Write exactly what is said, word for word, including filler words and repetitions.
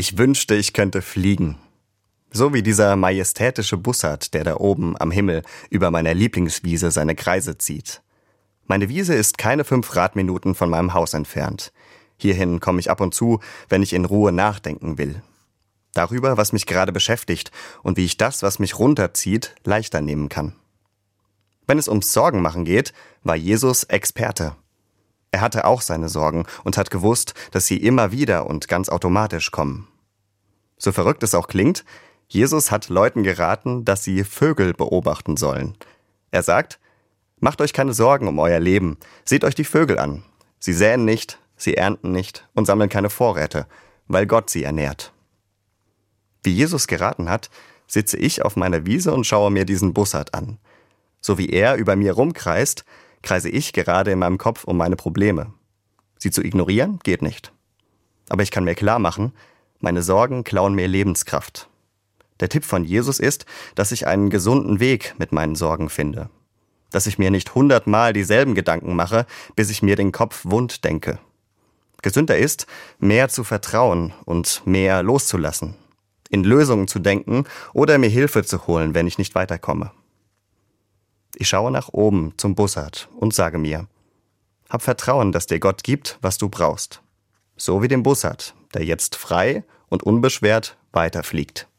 Ich wünschte, ich könnte fliegen. So wie dieser majestätische Bussard, der da oben am Himmel über meiner Lieblingswiese seine Kreise zieht. Meine Wiese ist keine fünf Radminuten von meinem Haus entfernt. Hierhin komme ich ab und zu, wenn ich in Ruhe nachdenken will. Darüber, was mich gerade beschäftigt und wie ich das, was mich runterzieht, leichter nehmen kann. Wenn es ums Sorgenmachen geht, war Jesus Experte. Er hatte auch seine Sorgen und hat gewusst, dass sie immer wieder und ganz automatisch kommen. So verrückt es auch klingt, Jesus hat Leuten geraten, dass sie Vögel beobachten sollen. Er sagt, macht euch keine Sorgen um euer Leben, seht euch die Vögel an. Sie säen nicht, sie ernten nicht und sammeln keine Vorräte, weil Gott sie ernährt. Wie Jesus geraten hat, sitze ich auf meiner Wiese und schaue mir diesen Bussard an. So wie er über mir rumkreist, kreise ich gerade in meinem Kopf um meine Probleme. Sie zu ignorieren, geht nicht. Aber ich kann mir klar machen, meine Sorgen klauen mir Lebenskraft. Der Tipp von Jesus ist, dass ich einen gesunden Weg mit meinen Sorgen finde. Dass ich mir nicht hundertmal dieselben Gedanken mache, bis ich mir den Kopf wund denke. Gesünder ist, mehr zu vertrauen und mehr loszulassen. In Lösungen zu denken oder mir Hilfe zu holen, wenn ich nicht weiterkomme. Ich schaue nach oben zum Bussard und sage mir, hab Vertrauen, dass dir Gott gibt, was du brauchst. So wie dem Bussard, der jetzt frei und unbeschwert weiterfliegt.